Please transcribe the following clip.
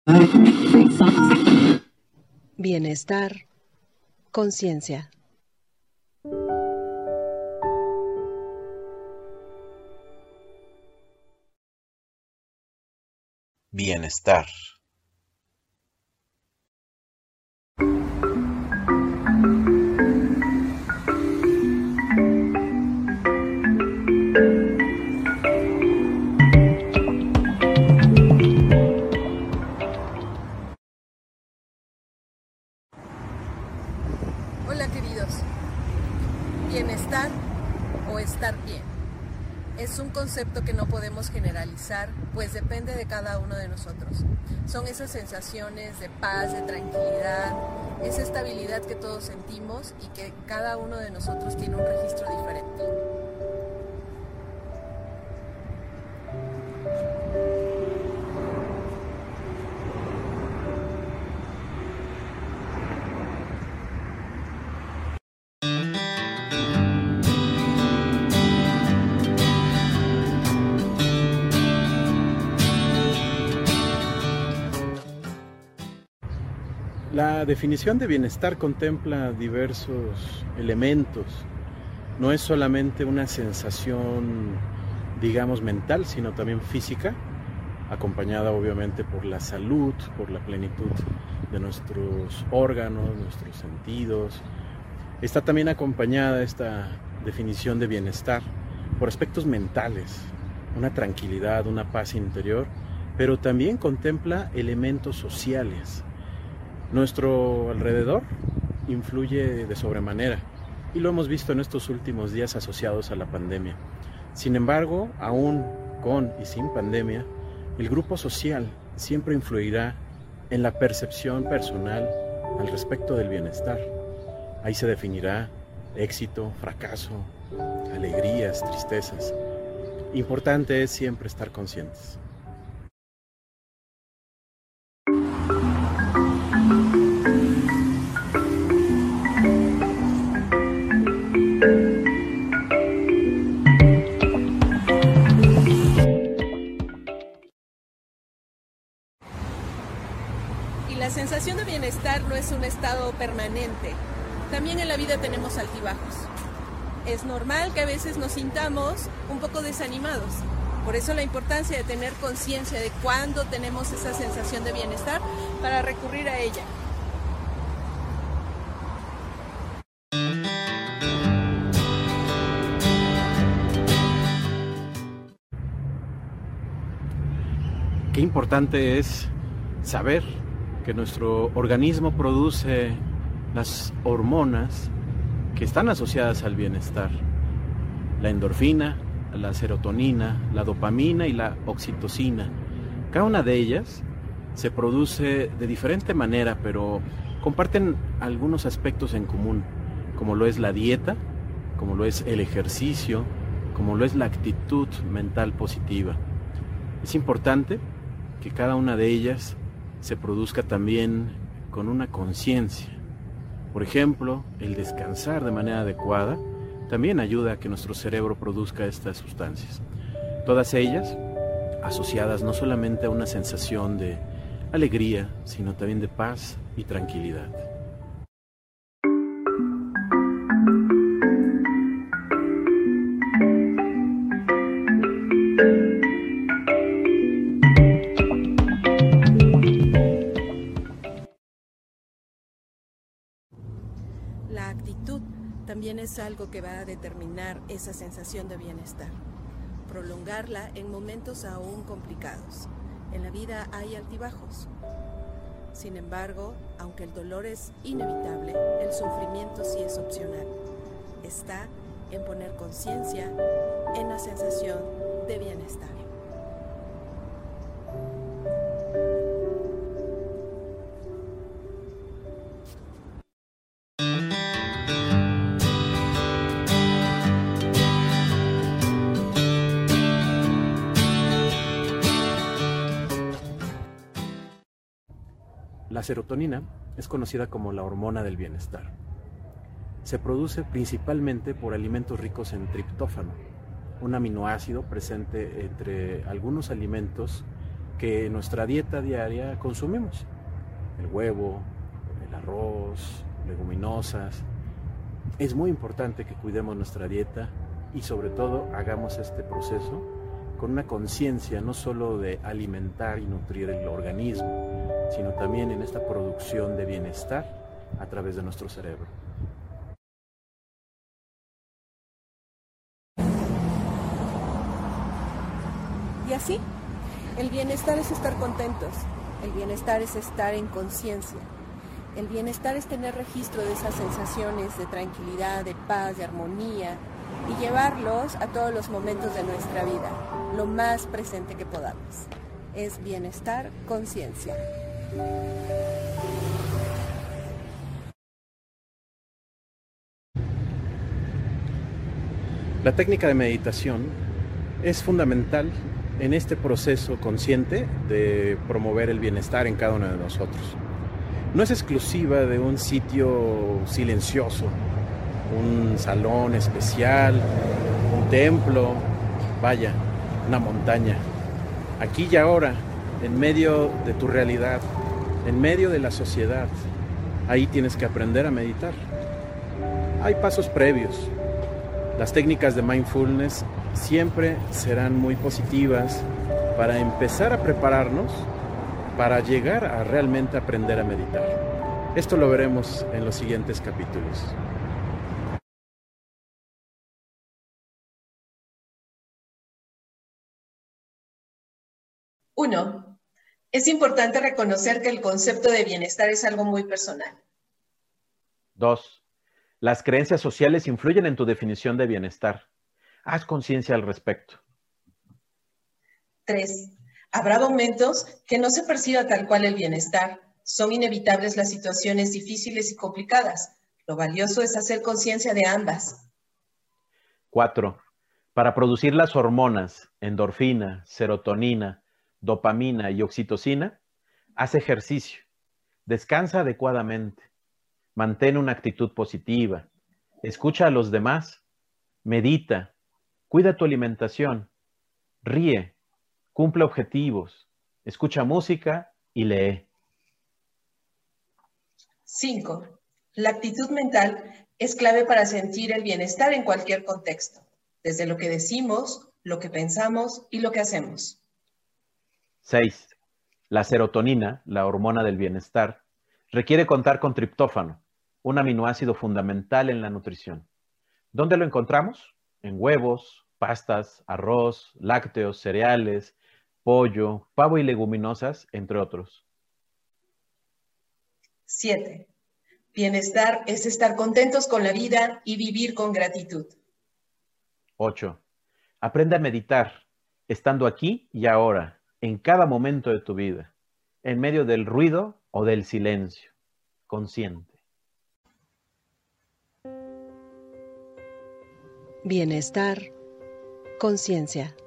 Bienestar, conciencia. Bienestar. Hola queridos, bienestar o estar bien es un concepto que no podemos generalizar, pues depende de cada uno de nosotros. Son esas sensaciones de paz, de tranquilidad, esa estabilidad que todos sentimos y que cada uno de nosotros tiene un registro diferente. La definición de bienestar contempla diversos elementos. No es solamente una sensación, digamos, mental, sino también física, acompañada obviamente por la salud, por la plenitud de nuestros órganos, nuestros sentidos. Está también acompañada esta definición de bienestar por aspectos mentales, una tranquilidad, una paz interior, pero también contempla elementos sociales. Nuestro alrededor influye de sobremanera y lo hemos visto en estos últimos días asociados a la pandemia. Sin embargo, aún con y sin pandemia, el grupo social siempre influirá en la percepción personal al respecto del bienestar. Ahí se definirá éxito, fracaso, alegrías, tristezas. Importante es siempre estar conscientes. La sensación de bienestar no es un estado permanente. También en la vida tenemos altibajos. Es normal que a veces nos sintamos un poco desanimados. Por eso la importancia de tener conciencia de cuándo tenemos esa sensación de bienestar para recurrir a ella. Qué importante es saber que nuestro organismo produce las hormonas que están asociadas al bienestar. La endorfina, la serotonina, la dopamina y la oxitocina. Cada una de ellas se produce de diferente manera, pero comparten algunos aspectos en común, como lo es la dieta, como lo es el ejercicio, como lo es la actitud mental positiva. Es importante que cada una de ellas se produzca también con una conciencia. Por ejemplo, el descansar de manera adecuada también ayuda a que nuestro cerebro produzca estas sustancias. Todas ellas asociadas no solamente a una sensación de alegría, sino también de paz y tranquilidad. La actitud también es algo que va a determinar esa sensación de bienestar. Prolongarla en momentos aún complicados. En la vida hay altibajos. Sin embargo, aunque el dolor es inevitable, el sufrimiento sí es opcional. Está en poner conciencia en la sensación de bienestar. La serotonina es conocida como la hormona del bienestar. Se produce principalmente por alimentos ricos en triptófano, un aminoácido presente entre algunos alimentos que en nuestra dieta diaria consumimos. El huevo, el arroz, leguminosas. Es muy importante que cuidemos nuestra dieta y sobre todo hagamos este proceso con una conciencia no solo de alimentar y nutrir el organismo, sino también en esta producción de bienestar a través de nuestro cerebro. Y así, el bienestar es estar contentos, el bienestar es estar en conciencia, el bienestar es tener registro de esas sensaciones de tranquilidad, de paz, de armonía y llevarlos a todos los momentos de nuestra vida, lo más presente que podamos. Es bienestar, conciencia. La técnica de meditación es fundamental en este proceso consciente de promover el bienestar en cada uno de nosotros. No es exclusiva de un sitio silencioso, un salón especial, un templo, vaya, una montaña. Aquí y ahora, en medio de tu realidad, en medio de la sociedad, ahí tienes que aprender a meditar. Hay pasos previos. Las técnicas de mindfulness siempre serán muy positivas para empezar a prepararnos para llegar a realmente aprender a meditar. Esto lo veremos en los siguientes capítulos. Uno, es importante reconocer que el concepto de bienestar es algo muy personal. 2. Las creencias sociales influyen en tu definición de bienestar. Haz conciencia al respecto. 3. Habrá momentos que no se perciba tal cual el bienestar. Son inevitables las situaciones difíciles y complicadas. Lo valioso es hacer conciencia de ambas. 4. Para producir las hormonas, endorfina, serotonina, dopamina y oxitocina, haz ejercicio, descansa adecuadamente, mantén una actitud positiva, escucha a los demás, medita, cuida tu alimentación, ríe, cumple objetivos, escucha música y lee. 5. La actitud mental es clave para sentir el bienestar en cualquier contexto, desde lo que decimos, lo que pensamos y lo que hacemos. 6. La serotonina, la hormona del bienestar, requiere contar con triptófano, un aminoácido fundamental en la nutrición. ¿Dónde lo encontramos? En huevos, pastas, arroz, lácteos, cereales, pollo, pavo y leguminosas, entre otros. 7. Bienestar es estar contentos con la vida y vivir con gratitud. 8. Aprende a meditar, estando aquí y ahora, en cada momento de tu vida, en medio del ruido o del silencio, consciente. Bienestar, conciencia.